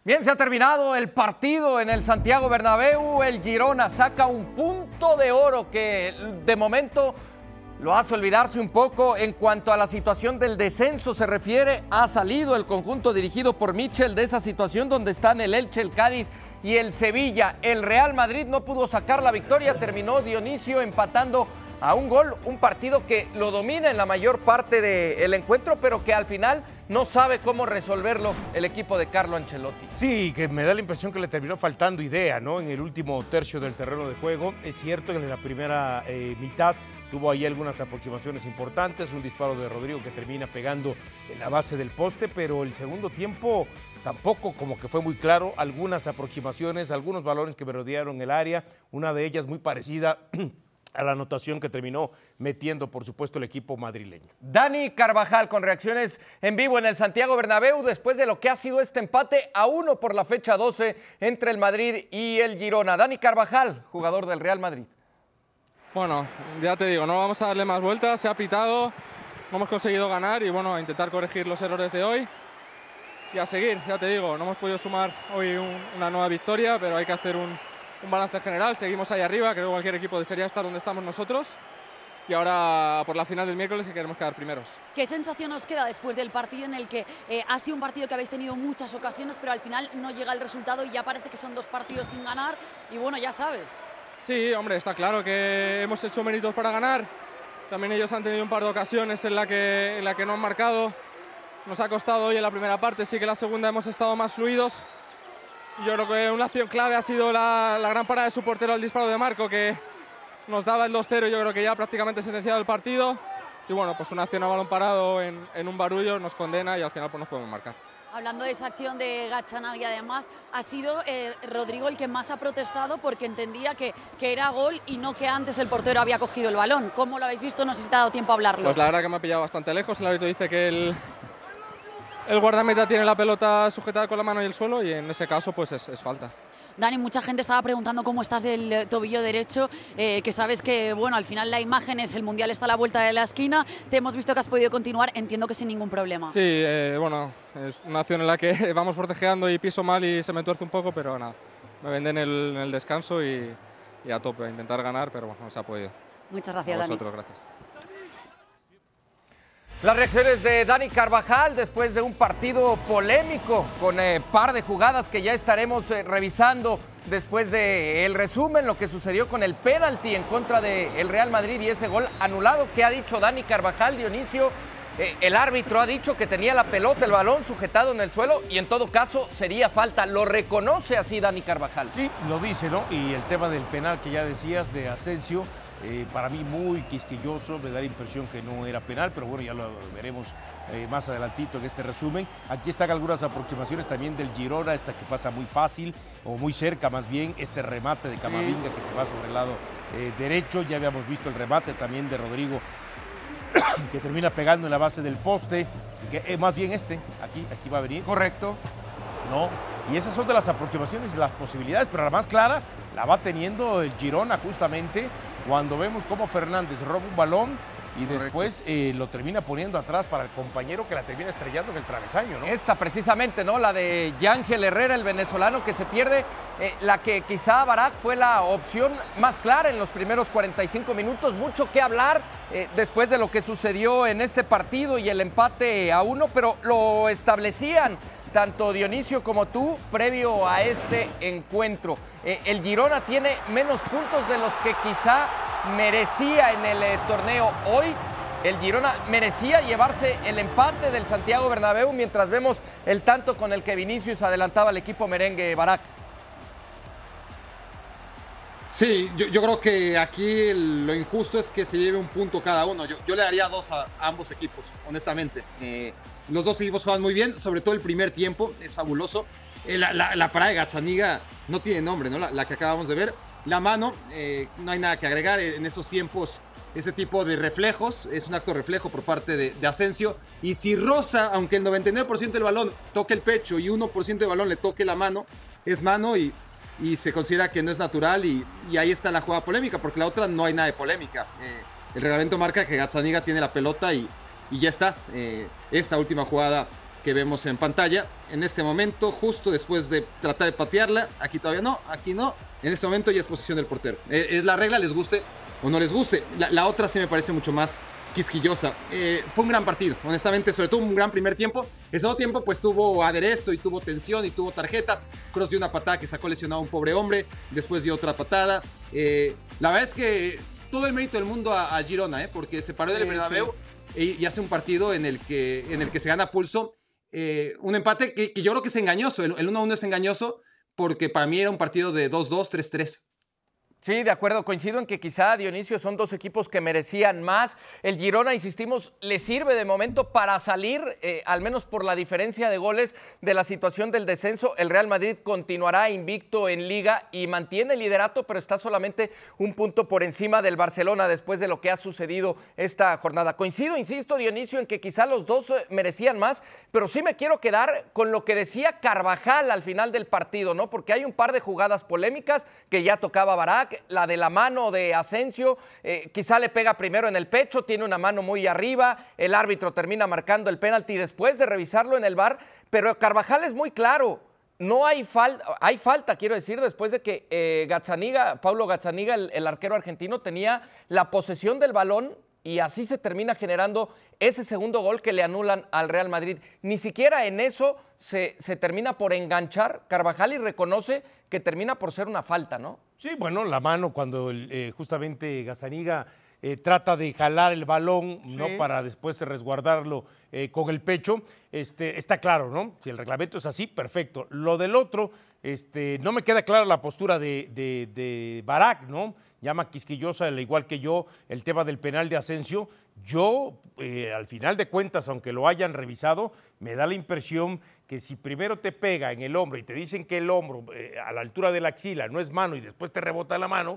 Bien, se ha terminado el partido en el Santiago Bernabéu. El Girona saca un punto de oro que de momento lo hace olvidarse un poco. En cuanto a la situación del descenso se refiere, ha salido el conjunto dirigido por Michel de esa situación donde están el Elche, el Cádiz y el Sevilla. El Real Madrid no pudo sacar la victoria, terminó Dionisio empatando a un gol, un partido que lo domina en la mayor parte del encuentro, pero que al final no sabe cómo resolverlo el equipo de Carlo Ancelotti. Sí, que me da la impresión que le terminó faltando idea, ¿no? En el último tercio del terreno de juego. Es cierto que en la primera mitad tuvo ahí algunas aproximaciones importantes, un disparo de Rodrigo que termina pegando en la base del poste, pero el segundo tiempo tampoco como que fue muy claro, algunas aproximaciones, algunos balones que me rodearon el área, una de ellas muy parecida a la anotación que terminó metiendo, por supuesto, el equipo madrileño. Dani Carvajal con reacciones en vivo en el Santiago Bernabéu después de lo que ha sido este empate a 1 por la fecha 12 entre el Madrid y el Girona. Dani Carvajal, jugador del Real Madrid. Bueno, ya te digo, no vamos a darle más vueltas, se ha pitado, no hemos conseguido ganar y bueno, a intentar corregir los errores de hoy y a seguir, ya te digo, no hemos podido sumar hoy una nueva victoria, pero hay que hacer un balance general, seguimos ahí arriba, creo que cualquier equipo desearía estar donde estamos nosotros y ahora por la final del miércoles queremos quedar primeros. ¿Qué sensación os queda después del partido en el que ha sido un partido que habéis tenido muchas ocasiones, pero al final no llega el resultado y ya parece que son 2 partidos sin ganar y bueno, ya sabes? Sí, hombre, está claro que hemos hecho méritos para ganar, también ellos han tenido un par de ocasiones en la que no han marcado, nos ha costado hoy en la primera parte, sí que en la segunda hemos estado más fluidos. Yo creo que una acción clave ha sido la gran parada de su portero al disparo de Marco, que nos daba el 2-0 y yo creo que ya prácticamente sentenciado el partido. Y bueno, pues una acción a balón parado en un barullo nos condena y al final pues nos podemos marcar. Hablando de esa acción de Gazzaniga, además, ha sido Rodrigo el que más ha protestado porque entendía que era gol y no que antes el portero había cogido el balón. ¿Cómo lo habéis visto? No sé si te ha dado tiempo a hablarlo. Pues la verdad que me ha pillado bastante lejos. El árbitro dice que el guardameta tiene la pelota sujetada con la mano y el suelo y en ese caso pues es falta. Dani, mucha gente estaba preguntando cómo estás del tobillo derecho, que sabes que bueno, al final la imagen es el Mundial está a la vuelta de la esquina, te hemos visto que has podido continuar, entiendo que sin ningún problema. Sí, bueno, es una acción en la que vamos forcejeando y piso mal y se me tuerce un poco, pero nada, me venden en el descanso y a tope, a intentar ganar, pero bueno, no se ha podido. Muchas gracias, a vosotros, Dani. Gracias. Las reacciones de Dani Carvajal después de un partido polémico con par de jugadas que ya estaremos revisando después del resumen, lo que sucedió con el penalti en contra del Real Madrid y ese gol anulado. ¿Qué ha dicho Dani Carvajal, Dionisio? El árbitro ha dicho que tenía la pelota, el balón sujetado en el suelo y en todo caso sería falta. ¿Lo reconoce así Dani Carvajal? Sí, lo dice, ¿no? Y el tema del penal que ya decías de Asensio, para mí muy quisquilloso, me da la impresión que no era penal, pero bueno, ya lo veremos más adelantito en este resumen. Aquí están algunas aproximaciones también del Girona, esta que pasa muy fácil, o muy cerca más bien, este remate de Camavinga que se va sobre el lado derecho, ya habíamos visto el remate también de Rodrigo, que termina pegando en la base del poste, que más bien aquí va a venir. Correcto. No, y esas son de las aproximaciones y las posibilidades, pero la más clara la va teniendo el Girona justamente cuando vemos cómo Fernández roba un balón y después lo termina poniendo atrás para el compañero que la termina estrellando en el travesaño, ¿no? Esta precisamente, ¿no? La de Yángel Herrera, el venezolano que se pierde, la que quizá Barak fue la opción más clara en los primeros 45 minutos. Mucho que hablar después de lo que sucedió en este partido y el empate a 1, pero lo establecían tanto Dionisio como tú previo a este encuentro. El Girona tiene menos puntos de los que quizá merecía en el torneo. Hoy el Girona merecía llevarse el empate del Santiago Bernabéu mientras vemos el tanto con el que Vinicius adelantaba al equipo merengue, Barak. Sí, yo creo que aquí lo injusto es que se lleve un punto cada uno. Yo le daría 2 a ambos equipos, honestamente. Los dos equipos juegan muy bien, sobre todo el primer tiempo, es fabuloso. La parada de Gazzaniga no tiene nombre, ¿no? La que acabamos de ver. La mano, no hay nada que agregar. En estos tiempos, ese tipo de reflejos, es un acto reflejo por parte de Asensio. Y si roza, aunque el 99% del balón toque el pecho y 1% del balón le toque la mano, es mano y se considera que no es natural y ahí está la jugada polémica, porque la otra no hay nada de polémica. El reglamento marca que Gazzaniga tiene la pelota y ya está. Esta última jugada que vemos en pantalla. En este momento, justo después de tratar de patearla, aquí todavía no, aquí no. En este momento ya es posición del portero. Es la regla, les guste o no les guste. La otra sí me parece mucho más quisquillosa. Fue un gran partido, honestamente, sobre todo un gran primer tiempo. El segundo tiempo pues tuvo aderezo y tuvo tensión y tuvo tarjetas. Kroos dio una patada que sacó lesionado a un pobre hombre, después dio otra patada. La verdad es que todo el mérito del mundo a Girona, porque se paró del Bernabéu y hace un partido en el que se gana pulso. Un empate que yo creo que es engañoso. El 1-1 es engañoso porque para mí era un partido de 2-2, 3-3. Sí, de acuerdo, coincido en que quizá, Dionisio, son dos equipos que merecían más. El Girona, insistimos, le sirve de momento para salir, al menos por la diferencia de goles, de la situación del descenso. El Real Madrid continuará invicto en Liga y mantiene el liderato, pero está solamente un punto por encima del Barcelona después de lo que ha sucedido esta jornada. Coincido, insisto, Dionisio, en que quizá los dos merecían más, pero sí me quiero quedar con lo que decía Carvajal al final del partido, ¿no? Porque hay un par de jugadas polémicas que ya tocaba Barak. La de la mano de Asensio, quizá le pega primero en el pecho, tiene una mano muy arriba, el árbitro termina marcando el penalti después de revisarlo en el VAR, pero Carvajal es muy claro, no hay falta, quiero decir, después de que Paulo Gazzaniga, el arquero argentino, tenía la posesión del balón y así se termina generando ese segundo gol que le anulan al Real Madrid. Ni siquiera en eso se termina por enganchar Carvajal y reconoce que termina por ser una falta, ¿no? Sí, bueno, la mano cuando justamente Gazzaniga trata de jalar el balón, sí, ¿no? Para después resguardarlo con el pecho, está claro, ¿no? Si el reglamento es así, perfecto. Lo del otro, no me queda clara la postura de Barak, ¿no? Llama quisquillosa, al igual que yo, el tema del penal de Asensio. Yo, al final de cuentas, aunque lo hayan revisado, me da la impresión que si primero te pega en el hombro y te dicen que el hombro a la altura de la axila no es mano y después te rebota la mano,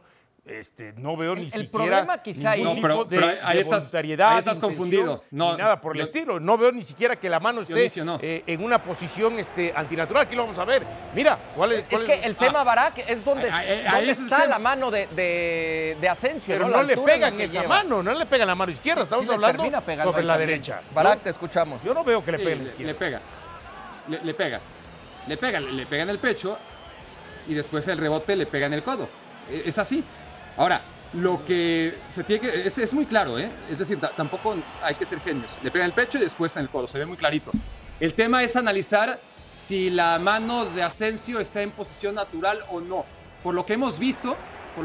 no veo ni siquiera problema quizá ningún ahí, tipo de voluntariedad, ahí estás confundido. No, ni nada por el estilo. No veo ni siquiera que la mano esté Dionisio, no. En una posición antinatural. Aquí lo vamos a ver. Mira, ¿cuál es que el tema Barak es donde está la mano de Asensio. Pero no le pegan esa mano, no le pegan la mano izquierda. Estamos hablando sobre la derecha. Barak, te escuchamos. Yo no veo que le peguen la izquierda. Le pega en el pecho y después el rebote le pega en el codo. Es así. Ahora, lo que se tiene que... Es muy claro, ¿eh? Es decir, tampoco hay que ser genios. Le pega en el pecho y después en el codo. Se ve muy clarito. El tema es analizar si la mano de Asensio está en posición natural o no. Por lo que hemos visto,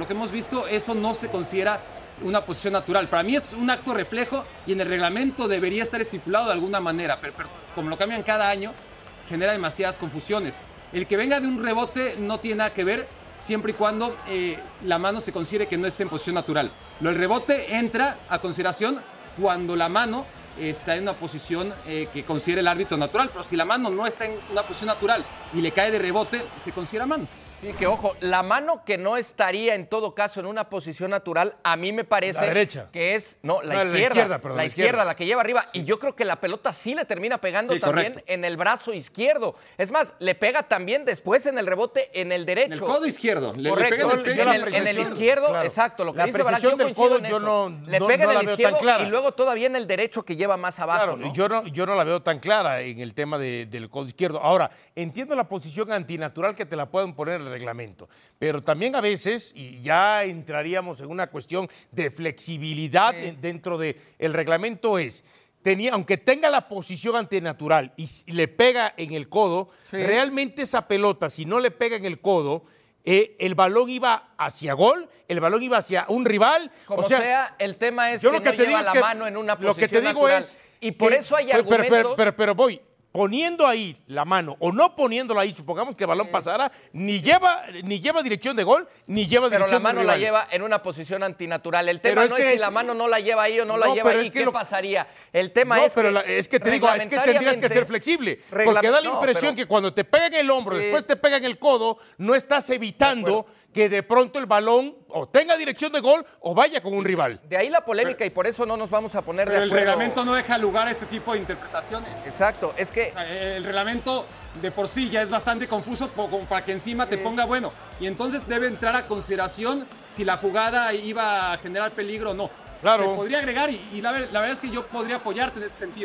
eso no se considera una posición natural. Para mí es un acto reflejo y en el reglamento debería estar estipulado de alguna manera. Pero como lo cambian cada año, genera demasiadas confusiones. El que venga de un rebote no tiene nada que ver, siempre y cuando la mano se considere que no esté en posición natural. El rebote entra a consideración cuando la mano está en una posición que considere el árbitro natural, pero si la mano no está en una posición natural y le cae de rebote, se considera mano. Sí, que ojo, la mano que no estaría en todo caso en una posición natural, a mí me parece la derecha. Que es, la izquierda, la que lleva arriba. Sí. Y yo creo que la pelota sí le termina pegando también correcto. En el brazo izquierdo. Es más, le pega también después en el rebote en el derecho. En el codo izquierdo. Correcto, le pega en el izquierdo, claro. Exacto. Lo que dice Barak, yo del codo yo no le pega no en el izquierdo y luego todavía en el derecho que lleva más abajo. Claro, ¿no? Yo no la veo tan clara en el tema del codo izquierdo. Ahora, entiendo la posición antinatural que te la pueden poner en el reglamento. Pero también a veces, y ya entraríamos en una cuestión de flexibilidad dentro del reglamento, aunque tenga la posición antinatural y le pega en el codo, realmente esa pelota, si no le pega en el codo, el balón iba hacia gol, el balón iba hacia un rival. Como sea, el tema es que no lleva la mano en una posición natural. Lo que te digo es... Y por eso hay argumentos... Pero voy... Poniendo ahí la mano o no poniéndola ahí, supongamos que el balón pasara, ni lleva dirección de gol, ni lleva dirección de rival. Pero la mano la lleva en una posición antinatural. El tema no es si la mano no la lleva ahí o no la lleva ahí, ¿qué pasaría? El tema es que te digo, es que tendrías que ser flexible, porque da la impresión que cuando te pega en el hombro, después te pega en el codo, no estás evitando que de pronto el balón o tenga dirección de gol o vaya con un rival. De ahí la polémica y por eso no nos vamos a poner de acuerdo. Pero el reglamento no deja lugar a este tipo de interpretaciones. Exacto, es que... O sea, el reglamento de por sí ya es bastante confuso como para que encima te ponga bueno. Y entonces debe entrar a consideración si la jugada iba a generar peligro o no. Claro. Se podría agregar y la verdad es que yo podría apoyarte en ese sentido.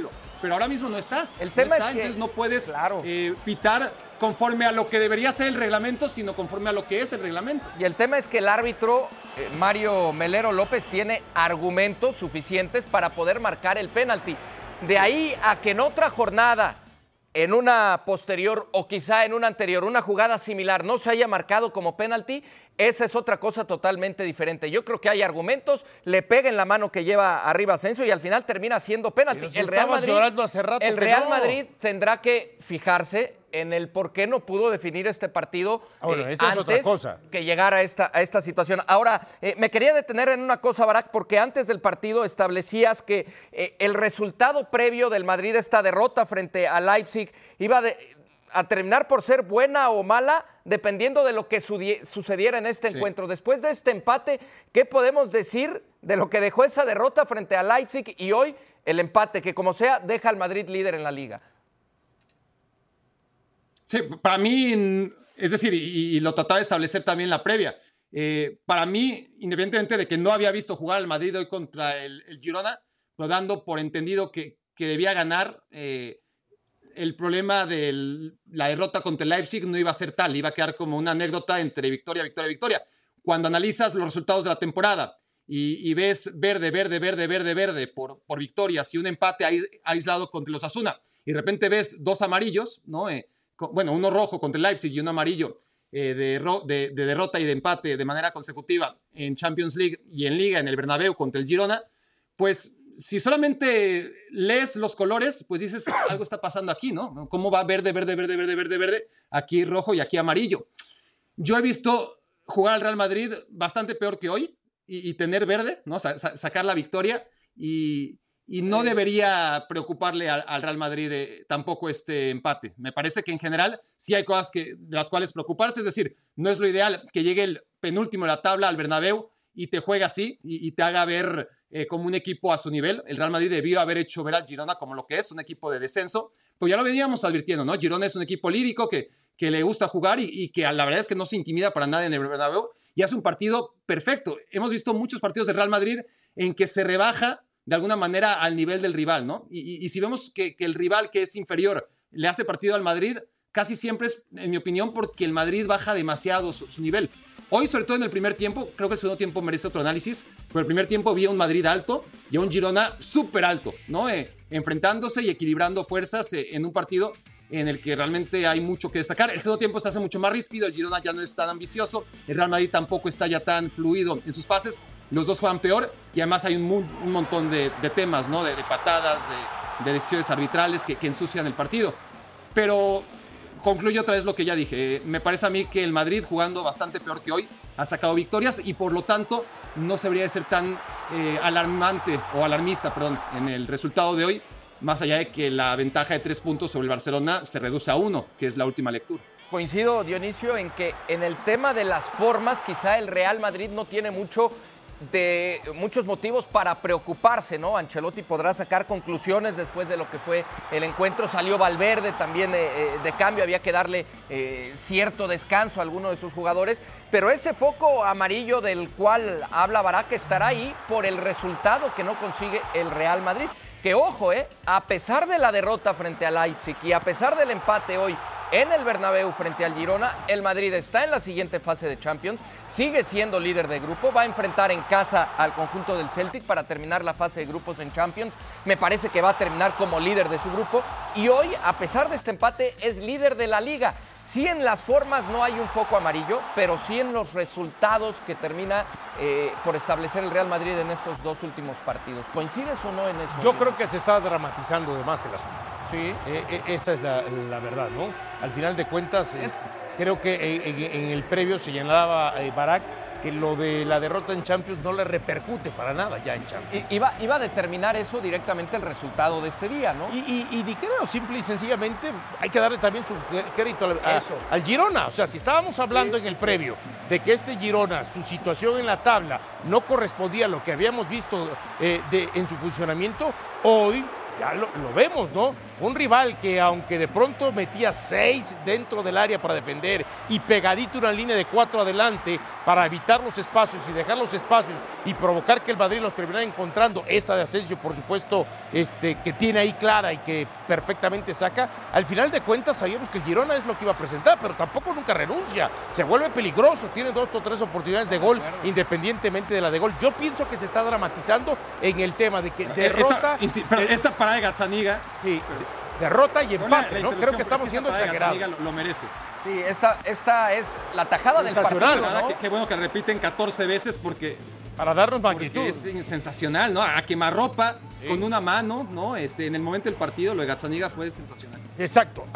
pero ahora mismo no está. El tema no está, es que, entonces no puedes claro, pitar conforme a lo que debería ser el reglamento, sino conforme a lo que es el reglamento. y el tema es que el árbitro, Mario Melero López, tiene argumentos suficientes para poder marcar el penalti. De ahí a que en otra jornada, en una posterior o quizá en una anterior, una jugada similar no se haya marcado como penalti, esa es otra cosa totalmente diferente. Yo creo que hay argumentos, le pega en la mano que lleva arriba Asensio y al final termina siendo penalti. Si el Real Madrid tendrá que fijarse en el por qué no pudo definir este partido antes que llegara a esta situación. Ahora, me quería detener en una cosa, Barak, porque antes del partido establecías que el resultado previo del Madrid, esta derrota frente a Leipzig, iba a terminar por ser buena o mala, dependiendo de lo que sucediera en este encuentro. Después de este empate, ¿qué podemos decir de lo que dejó esa derrota frente a Leipzig y hoy el empate, que como sea, deja al Madrid líder en la Liga? Sí, para mí, es decir, y lo trataba de establecer también en la previa, para mí, independientemente de que no había visto jugar al Madrid hoy contra el Girona, pero dando por entendido que debía ganar, el problema de la derrota contra el Leipzig no iba a ser tal, iba a quedar como una anécdota entre victoria, victoria, victoria. Cuando analizas los resultados de la temporada y ves verde por victorias y un empate aislado contra los Osasuna, y de repente ves dos amarillos, ¿no? Bueno, uno rojo contra el Leipzig y uno amarillo de derrota y de empate de manera consecutiva en Champions League y en Liga en el Bernabéu contra el Girona, pues si solamente lees los colores, pues dices, algo está pasando aquí, ¿no? ¿Cómo va verde, aquí rojo y aquí amarillo? Yo he visto jugar al Real Madrid bastante peor que hoy y tener verde, ¿no? Sacar la victoria y no debería preocuparle al Real Madrid tampoco este empate. Me parece que en general sí hay cosas de las cuales preocuparse, es decir, no es lo ideal que llegue el penúltimo de la tabla al Bernabéu y te juegue así y te haga ver como un equipo a su nivel. El Real Madrid debió haber hecho ver al Girona como lo que es, un equipo de descenso, pues ya lo veníamos advirtiendo, ¿no? Girona es un equipo lírico que le gusta jugar y que la verdad es que no se intimida para nada en el Bernabéu y hace un partido perfecto. Hemos visto muchos partidos del Real Madrid en que se rebaja de alguna manera al nivel del rival, ¿no? Y si vemos que el rival que es inferior le hace partido al Madrid, casi siempre es, en mi opinión, porque el Madrid baja demasiado su nivel. Hoy, sobre todo en el primer tiempo, creo que el segundo tiempo merece otro análisis, pero el primer tiempo vi a un Madrid alto y a un Girona súper alto, ¿no? Enfrentándose y equilibrando fuerzas en un partido en el que realmente hay mucho que destacar. El segundo tiempo se hace mucho más ríspido, el Girona ya no es tan ambicioso, el Real Madrid tampoco está ya tan fluido en sus pases, los dos juegan peor y además hay un montón de temas, ¿no? De patadas, de decisiones arbitrales que ensucian el partido. Pero concluyo otra vez lo que ya dije. Me parece a mí que el Madrid, jugando bastante peor que hoy, ha sacado victorias y por lo tanto no se debería de ser tan alarmista en el resultado de hoy, más allá de que la ventaja de 3 puntos sobre el Barcelona se reduce a 1, que es la última lectura. Coincido, Dionisio, en que en el tema de las formas quizá el Real Madrid no tiene muchos motivos para preocuparse, ¿no? Ancelotti podrá sacar conclusiones después de lo que fue el encuentro. Salió Valverde también de cambio, había que darle cierto descanso a alguno de sus jugadores, pero ese foco amarillo del cual habla Barak estará ahí por el resultado que no consigue el Real Madrid. Que ojo, a pesar de la derrota frente al Leipzig y a pesar del empate hoy en el Bernabéu frente al Girona, el Madrid está en la siguiente fase de Champions, sigue siendo líder de grupo, va a enfrentar en casa al conjunto del Celtic para terminar la fase de grupos en Champions. Me parece que va a terminar como líder de su grupo y hoy, a pesar de este empate, es líder de la Liga. Sí, en las formas no hay un foco amarillo, pero sí en los resultados que termina por establecer el Real Madrid en estos dos últimos partidos. ¿Coincides o no en eso? Yo creo que se está dramatizando de más el asunto. Sí. Esa es la verdad, ¿no? Al final de cuentas, creo que en el previo señalaba Barak que lo de la derrota en Champions no le repercute para nada ya en Champions. Iba a determinar eso directamente el resultado de este día, ¿no? Y creo, simple y sencillamente, hay que darle también su crédito al Girona. O sea, si estábamos hablando en el previo de que este Girona, su situación en la tabla no correspondía a lo que habíamos visto en su funcionamiento, hoy ya lo vemos, ¿no? Un rival que aunque de pronto metía 6 dentro del área para defender y pegadito una línea de 4 adelante para evitar los espacios y dejar los espacios y provocar que el Madrid los terminara encontrando, esta de Asensio, por supuesto, que tiene ahí clara y que perfectamente saca, al final de cuentas sabíamos que el Girona es lo que iba a presentar, pero tampoco nunca renuncia, se vuelve peligroso, tiene 2 o 3 oportunidades de gol, independientemente de la de gol. Yo pienso que se está dramatizando en el tema de que derrota... Esta parada de Gazzaniga... Sí, derrota y empate, ¿no? Creo que estamos siendo exagerados. Lo merece. Sí, esta es la tajada del partido, ¿no? Qué bueno que repiten 14 veces porque... Para darnos magnitud. Es sensacional, ¿no? A quemarropa, con una mano, ¿no? En el momento del partido, lo de Gazzaniga fue sensacional. Exacto.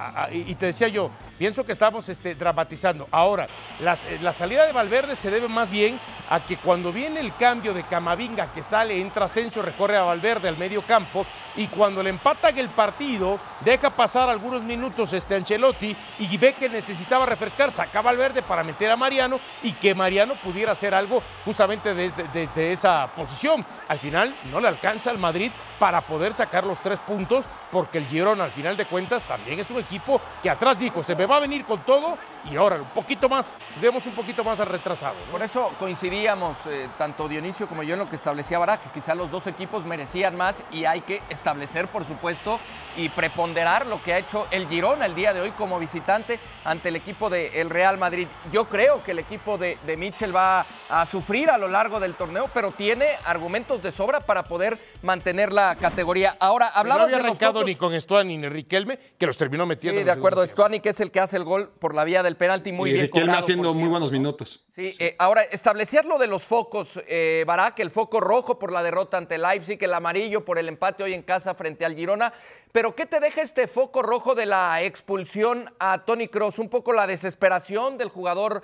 Y te decía yo, pienso que estamos dramatizando. Ahora, la salida de Valverde se debe más bien a que cuando viene el cambio de Camavinga, que sale, entra Asensio, recorre a Valverde al medio campo, y cuando le empatan el partido, deja pasar algunos minutos Ancelotti y ve que necesitaba refrescar, saca a Valverde para meter a Mariano y que Mariano pudiera hacer algo justamente desde esa posición. Al final no le alcanza al Madrid para poder sacar los 3 puntos, porque el Girona al final de cuentas también es un equipo que atrás dijo, se me va a venir con todo y ahora un poquito más, vemos un poquito más al retrasado, ¿no? Por eso coincidíamos, tanto Dionisio como yo, en lo que establecía Barak, que quizá los dos equipos merecían más y hay que establecer, por supuesto, y preponderar lo que ha hecho el Girona el día de hoy como visitante ante el equipo del Real Madrid. Yo creo que el equipo de Michel va a sufrir a lo largo del torneo, pero tiene argumentos de sobra para poder mantener la categoría. Ahora, hablamos no había arrancado ni con Stuani ni Riquelme, que los terminó metiendo. Sí, de acuerdo. Stuani, que es el que hace el gol por la vía del penalti, muy bien Riquelme cobrado, haciendo muy buenos minutos. Sí, ahora, establecías lo de los focos, Barak, el foco rojo por la derrota ante el Leipzig, el amarillo por el empate hoy en casa frente al Girona, pero ¿qué te deja este foco rojo de la expulsión a Toni Kroos? ¿Un poco la desesperación del jugador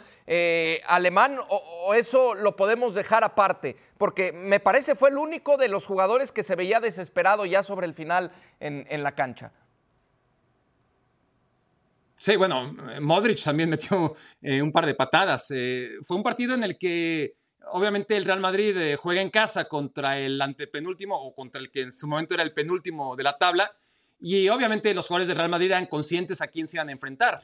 alemán o eso lo podemos dejar aparte? Porque me parece fue el único de los jugadores que se veía desesperado ya sobre el final en la cancha. Sí, bueno, Modric también metió un par de patadas. Fue un partido en el que obviamente el Real Madrid juega en casa contra el antepenúltimo o contra el que en su momento era el penúltimo de la tabla, y obviamente los jugadores del Real Madrid eran conscientes a quién se iban a enfrentar.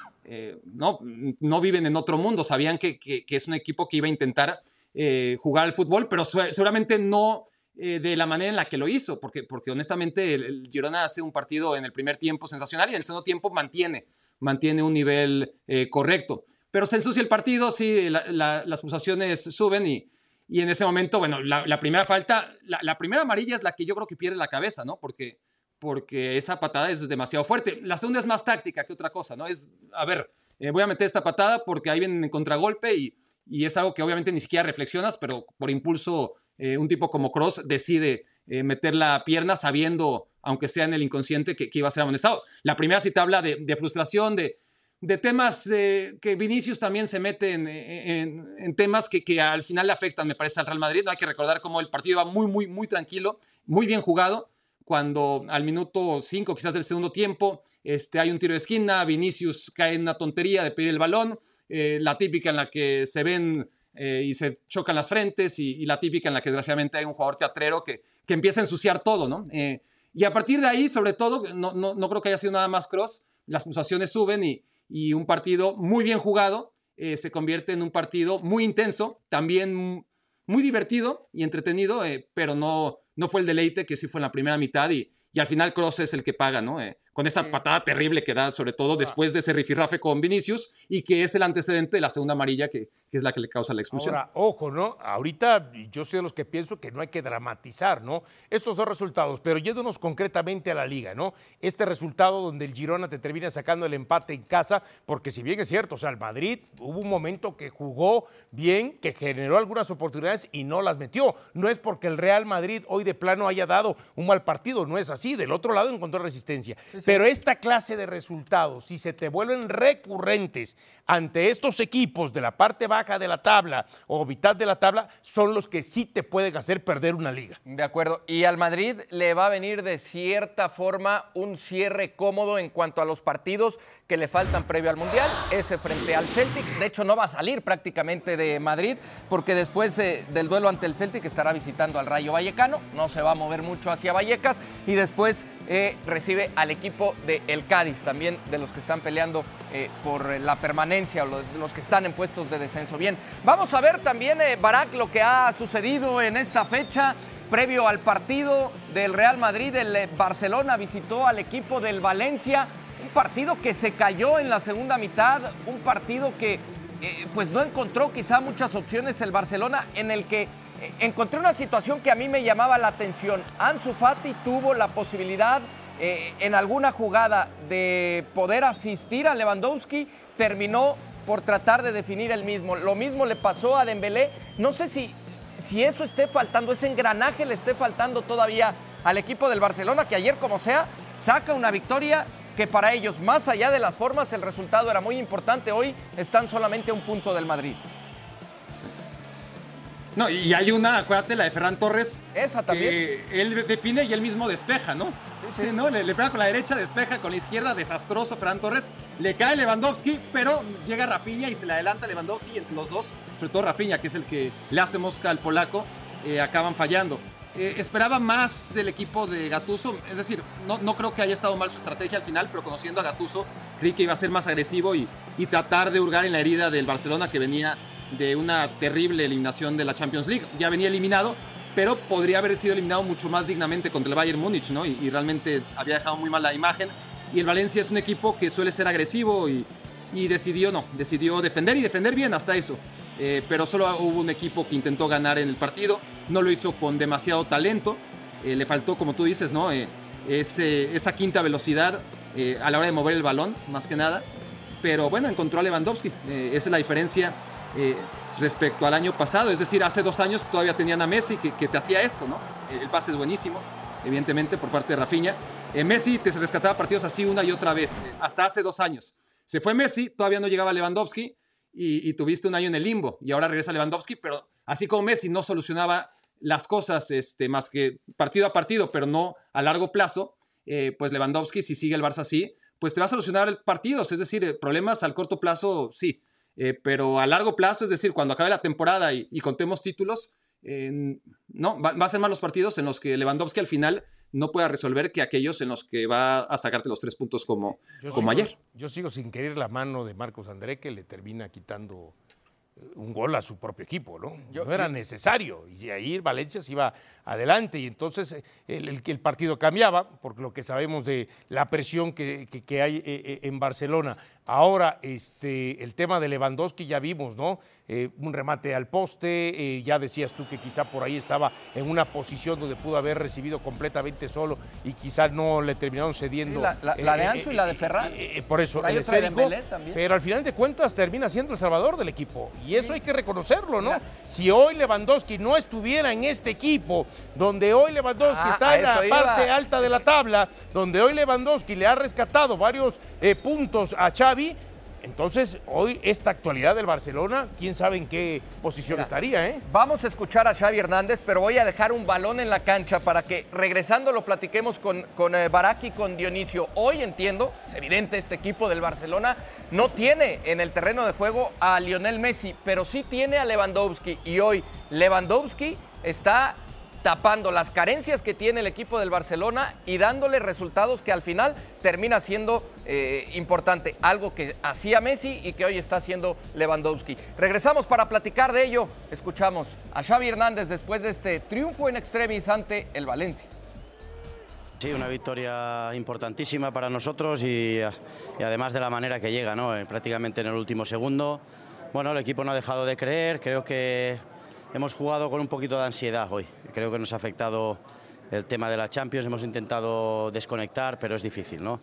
No viven en otro mundo, sabían que es un equipo que iba a intentar jugar al fútbol, pero seguramente no de la manera en la que lo hizo, porque honestamente el Girona hace un partido en el primer tiempo sensacional y en el segundo tiempo mantiene un nivel correcto. Pero se ensucia el partido, sí, las pulsaciones suben y en ese momento, bueno, la primera falta, la primera amarilla es la que yo creo que pierde la cabeza, ¿no? Porque esa patada es demasiado fuerte. La segunda es más táctica que otra cosa, ¿no? Es, a ver, voy a meter esta patada porque ahí vienen en contragolpe y es algo que obviamente ni siquiera reflexionas, pero por impulso un tipo como Kroos decide meter la pierna sabiendo, aunque sea en el inconsciente, que iba a ser amonestado. La primera sí te habla de frustración, de temas que Vinicius también se mete en temas que al final le afectan, me parece, al Real Madrid. No hay que recordar cómo el partido iba muy, muy, muy tranquilo, muy bien jugado, cuando al minuto 5 quizás del segundo tiempo hay un tiro de esquina, Vinicius cae en una tontería de pedir el balón, la típica en la que se ven y se chocan las frentes y la típica en la que desgraciadamente hay un jugador teatrero que empieza a ensuciar todo, ¿no? Y a partir de ahí, sobre todo, no creo que haya sido nada más Kroos, las pulsaciones suben y un partido muy bien jugado se convierte en un partido muy intenso, también muy divertido y entretenido, pero no fue el deleite que sí fue en la primera mitad y al final Kroos es el que paga, ¿no? Con esa patada terrible que da, sobre todo después de ese rifirrafe con Vinicius y que es el antecedente de la segunda amarilla que es la que le causa la expulsión. Ahora, ojo, ¿no? Ahorita yo soy de los que pienso que no hay que dramatizar, ¿no? Estos dos resultados, pero yéndonos concretamente a la Liga, ¿no? Este resultado donde el Girona te termina sacando el empate en casa, porque si bien es cierto, o sea, el Madrid hubo un momento que jugó bien, que generó algunas oportunidades y no las metió. No es porque el Real Madrid hoy de plano haya dado un mal partido, no es así. Del otro lado encontró resistencia. Sí. Pero esta clase de resultados, si se te vuelven recurrentes ante estos equipos de la parte baja de la tabla o mitad de la tabla, son los que sí te pueden hacer perder una liga. De acuerdo. Y al Madrid le va a venir de cierta forma un cierre cómodo en cuanto a los partidos que le faltan previo al Mundial. Ese frente al Celtic. De hecho, no va a salir prácticamente de Madrid porque después del duelo ante el Celtic estará visitando al Rayo Vallecano. No se va a mover mucho hacia Vallecas. Y después recibe al equipo del Cádiz, también de los que están peleando por la permanencia o los que están en puestos de descenso. Bien, vamos a ver también, Barak, lo que ha sucedido en esta fecha. Previo al partido del Real Madrid, el Barcelona visitó al equipo del Valencia. Un partido que se cayó en la segunda mitad, un partido que pues no encontró quizá muchas opciones el Barcelona, en el que encontré una situación que a mí me llamaba la atención. Ansu Fati tuvo la posibilidad en alguna jugada de poder asistir a Lewandowski, terminó por tratar de definir el mismo. Lo mismo le pasó a Dembélé. No sé si eso esté faltando, ese engranaje le esté faltando todavía al equipo del Barcelona, que ayer, como sea, saca una victoria que para ellos, más allá de las formas, el resultado era muy importante. Hoy están solamente a un punto del Madrid. No, y hay una, acuérdate, la de Ferran Torres. Esa también. Que él define y él mismo despeja, ¿no? Sí, ¿no? Le pega con la derecha, despeja con la izquierda, desastroso Ferran Torres. Le cae Lewandowski, pero llega Rafinha y se le adelanta Lewandowski. Y entre los dos, sobre todo Rafinha, que es el que le hace mosca al polaco, acaban fallando. Esperaba más del equipo de Gattuso, es decir, no creo que haya estado mal su estrategia al final, pero conociendo a Gattuso, creí que iba a ser más agresivo y tratar de hurgar en la herida del Barcelona, que venía de una terrible eliminación de la Champions League. Ya venía eliminado, pero podría haber sido eliminado mucho más dignamente contra el Bayern Múnich, ¿no? Y realmente había dejado muy mal la imagen. Y el Valencia es un equipo que suele ser agresivo y decidió defender y defender bien hasta eso. Pero solo hubo un equipo que intentó ganar en el partido, no lo hizo con demasiado talento, le faltó, como tú dices, ¿no? Esa quinta velocidad a la hora de mover el balón, más que nada, pero bueno, encontró a Lewandowski. Esa es la diferencia respecto al año pasado, es decir, hace 2 años todavía tenían a Messi que te hacía esto, ¿no? El pase es buenísimo, evidentemente, por parte de Rafinha. Messi te rescataba partidos así una y otra vez, hasta hace 2 años. Se fue Messi, todavía no llegaba Lewandowski, y tuviste un año en el limbo, y ahora regresa Lewandowski, pero así como Messi no solucionaba las cosas más que partido a partido, pero no a largo plazo, pues Lewandowski, si sigue el Barça así, pues te va a solucionar partidos, es decir, problemas al corto plazo, sí, pero a largo plazo, es decir, cuando acabe la temporada y contemos títulos, no, va a ser más los partidos en los que Lewandowski al final no pueda resolver que aquellos en los que va a sacarte los 3 puntos como ayer. Yo sigo sin querer la mano de Marcos André, que le termina quitando un gol a su propio equipo, ¿no? No era necesario, y ahí Valencia se iba adelante, y entonces el partido cambiaba, por lo que sabemos de la presión que hay en Barcelona. Ahora, el tema de Lewandowski ya vimos, ¿no? Un remate al poste, ya decías tú que quizá por ahí estaba en una posición donde pudo haber recibido completamente solo y quizá no le terminaron cediendo. Sí, la de Ansu y la de Ferran. Por eso, por ahí el esférico, pero al final de cuentas termina siendo el salvador del equipo, y eso hay que reconocerlo, ¿no? Si hoy Lewandowski no estuviera en este equipo, donde hoy Lewandowski está en la parte alta de la tabla, donde hoy Lewandowski le ha rescatado varios puntos a Xavi, entonces hoy esta actualidad del Barcelona, quién sabe en qué posición estaría, ¿eh? Vamos a escuchar a Xavi Hernández, pero voy a dejar un balón en la cancha para que regresando lo platiquemos con Barak y con Dionisio. Hoy entiendo, es evidente, este equipo del Barcelona no tiene en el terreno de juego a Lionel Messi, pero sí tiene a Lewandowski, y hoy Lewandowski está tapando las carencias que tiene el equipo del Barcelona y dándole resultados que al final termina siendo importante, algo que hacía Messi y que hoy está haciendo Lewandowski. Regresamos para platicar de ello. Escuchamos a Xavi Hernández después de este triunfo en extremis ante el Valencia. Sí, una victoria importantísima para nosotros y además de la manera que llega, ¿no? Prácticamente en el último segundo. Bueno, el equipo no ha dejado de creer, creo que hemos jugado con un poquito de ansiedad hoy. Creo que nos ha afectado el tema de la Champions, hemos intentado desconectar, pero es difícil, ¿no?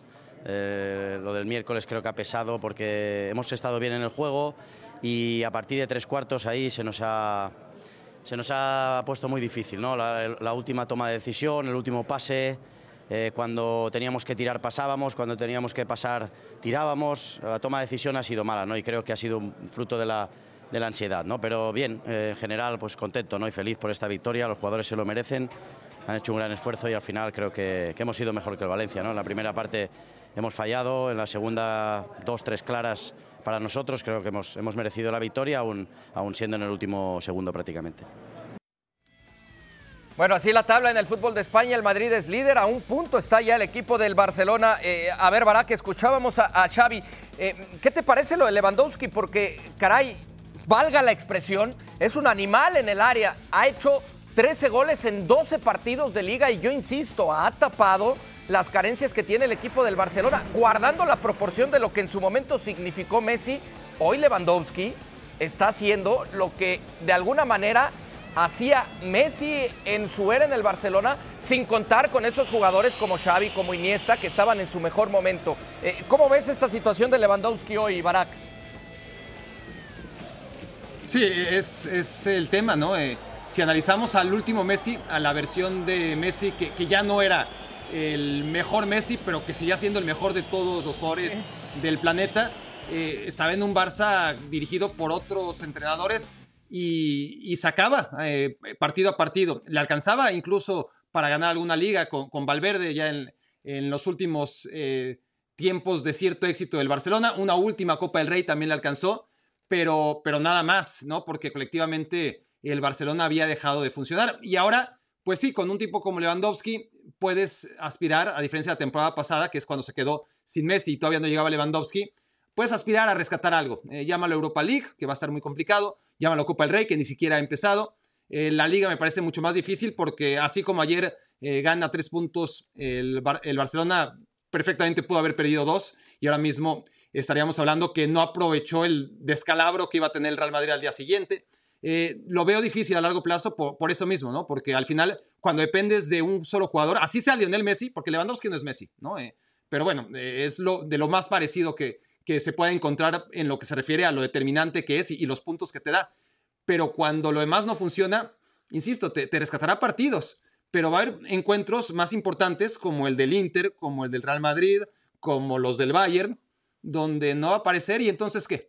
Lo del miércoles creo que ha pesado porque hemos estado bien en el juego y a partir de 3/4 ahí se nos ha puesto muy difícil, ¿no? La última toma de decisión, el último pase, Cuando teníamos que tirar pasábamos, cuando teníamos que pasar tirábamos. La toma de decisión ha sido mala, ¿no? Y creo que ha sido un fruto de la ansiedad, ¿no? Pero bien, en general pues contento, ¿no? Y feliz por esta victoria. Los jugadores se lo merecen, han hecho un gran esfuerzo y al final creo que hemos sido mejor que el Valencia, ¿no? En la primera parte hemos fallado, en la segunda 2-3 claras para nosotros. Creo que hemos merecido la victoria, aún siendo en el último segundo prácticamente. Bueno, así la tabla en el fútbol de España. El Madrid es líder, a un punto está ya el equipo del Barcelona. A ver, Barak, escuchábamos a Xavi. ¿Qué te parece lo de Lewandowski? Porque, caray, valga la expresión, es un animal en el área. Ha hecho 13 goles en 12 partidos de liga y yo insisto, ha tapado las carencias que tiene el equipo del Barcelona, guardando la proporción de lo que en su momento significó Messi. Hoy Lewandowski está haciendo lo que de alguna manera hacía Messi en su era en el Barcelona, sin contar con esos jugadores como Xavi, como Iniesta, que estaban en su mejor momento. ¿Cómo ves esta situación de Lewandowski hoy, Barak? Sí, es el tema, ¿no? Si analizamos al último Messi, a la versión de Messi que ya no era el mejor Messi, pero que seguía siendo el mejor de todos los jugadores del planeta, estaba en un Barça dirigido por otros entrenadores y sacaba partido a partido. Le alcanzaba incluso para ganar alguna liga con Valverde ya en los últimos tiempos de cierto éxito del Barcelona. Una última Copa del Rey también le alcanzó, pero nada más, ¿no? Porque colectivamente el Barcelona había dejado de funcionar. Y ahora, pues sí, con un tipo como Lewandowski puedes aspirar, a diferencia de la temporada pasada, que es cuando se quedó sin Messi y todavía no llegaba Lewandowski, puedes aspirar a rescatar algo. Llámalo Europa League, que va a estar muy complicado. Llámalo Copa del Rey, que ni siquiera ha empezado. La Liga me parece mucho más difícil porque así como ayer gana 3 puntos, el Barcelona perfectamente pudo haber perdido 2 y ahora mismo estaríamos hablando que no aprovechó el descalabro que iba a tener el Real Madrid al día siguiente. Lo veo difícil a largo plazo por eso mismo, ¿no? Porque al final, cuando dependes de un solo jugador, así sea Lionel Messi, porque Lewandowski no es Messi, ¿no? Pero bueno, es de lo más parecido que se puede encontrar en lo que se refiere a lo determinante que es y los puntos que te da. Pero cuando lo demás no funciona, insisto, te rescatará partidos, pero va a haber encuentros más importantes como el del Inter, como el del Real Madrid, como los del Bayern, donde no va a aparecer y entonces, ¿qué?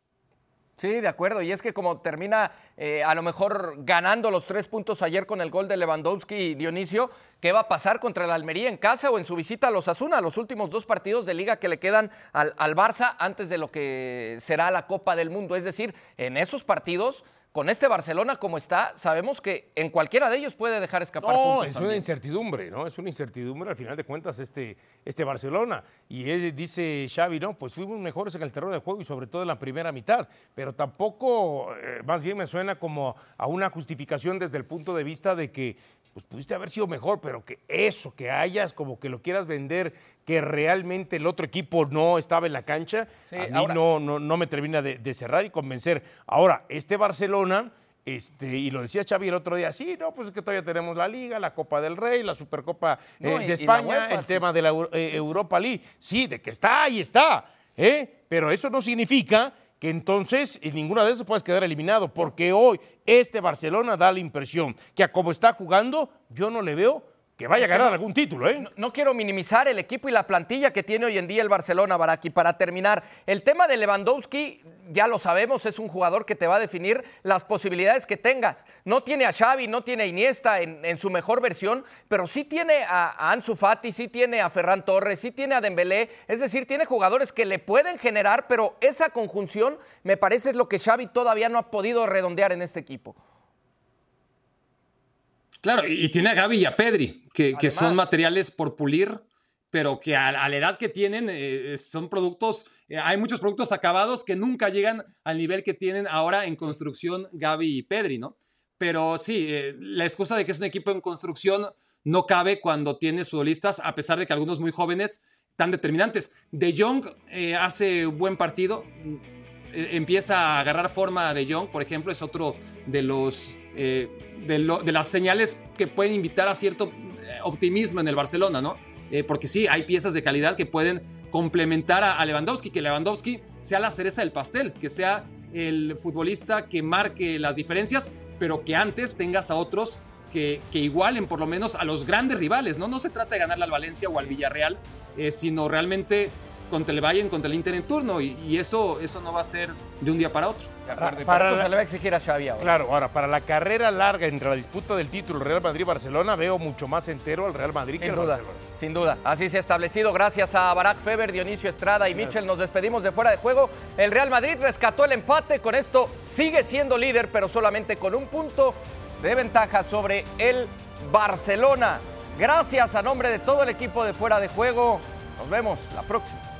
Sí, de acuerdo, y es que como termina a lo mejor ganando los 3 puntos ayer con el gol de Lewandowski y Dionisio, ¿qué va a pasar contra el Almería en casa o en su visita a los Osasuna, los últimos 2 partidos de liga que le quedan al Barça antes de lo que será la Copa del Mundo? Es decir, en esos partidos, con este Barcelona como está, sabemos que en cualquiera de ellos puede dejar escapar puntos. Es también una incertidumbre, ¿no? Es una incertidumbre al final de cuentas este Barcelona. Y él dice Xavi, no, pues fuimos mejores en el terreno de juego y sobre todo en la primera mitad. Pero tampoco, más bien me suena como a una justificación desde el punto de vista de que pues pudiste haber sido mejor, pero que eso, que hayas como que lo quieras vender, que realmente el otro equipo no estaba en la cancha, sí, a mí ahora no me termina de cerrar y convencer. Ahora, este Barcelona, y lo decía Xavi el otro día, sí, no, pues es que todavía tenemos la Liga, la Copa del Rey, la Supercopa de España, UEFA, el tema de la Europa League, sí, de que está, ahí está, pero eso no significa que entonces en ninguna de esas puedes quedar eliminado, porque hoy este Barcelona da la impresión que a como está jugando, yo no le veo que vaya a ganar algún título, ¿eh? No quiero minimizar el equipo y la plantilla que tiene hoy en día el Barcelona, Baraki. Para terminar, el tema de Lewandowski, ya lo sabemos, es un jugador que te va a definir las posibilidades que tengas. No tiene a Xavi, no tiene a Iniesta en su mejor versión, pero sí tiene a Ansu Fati, sí tiene a Ferran Torres, sí tiene a Dembélé. Es decir, tiene jugadores que le pueden generar, pero esa conjunción me parece es lo que Xavi todavía no ha podido redondear en este equipo. Claro, y tiene a Gavi y a Pedri, que son materiales por pulir, pero que a la edad que tienen son productos, hay muchos productos acabados que nunca llegan al nivel que tienen ahora en construcción Gavi y Pedri, ¿no? Pero sí, la excusa de que es un equipo en construcción no cabe cuando tienes futbolistas, a pesar de que algunos muy jóvenes, tan determinantes. De Jong hace buen partido, empieza a agarrar forma De Jong, por ejemplo, es otro de los... de las señales que pueden invitar a cierto optimismo en el Barcelona, ¿no? Porque sí, hay piezas de calidad que pueden complementar a Lewandowski, que Lewandowski sea la cereza del pastel, que sea el futbolista que marque las diferencias, pero que antes tengas a otros que igualen por lo menos a los grandes rivales, ¿no? No se trata de ganarle al Valencia o al Villarreal, sino realmente contra el Bayern, contra el Inter en turno, y eso no va a ser de un día para otro. De acuerdo, y para eso se le va a exigir a Xavi ahora. Claro, ahora, para la carrera larga entre la disputa del título Real Madrid-Barcelona, veo mucho más entero al Real Madrid que al Barcelona. Sin duda, así se ha establecido. Gracias a Barak Feber, Dionisio Estrada y Michel. Nos despedimos de Fuera de Juego. El Real Madrid rescató el empate, con esto sigue siendo líder, pero solamente con un punto de ventaja sobre el Barcelona. Gracias a nombre de todo el equipo de Fuera de Juego. Nos vemos la próxima.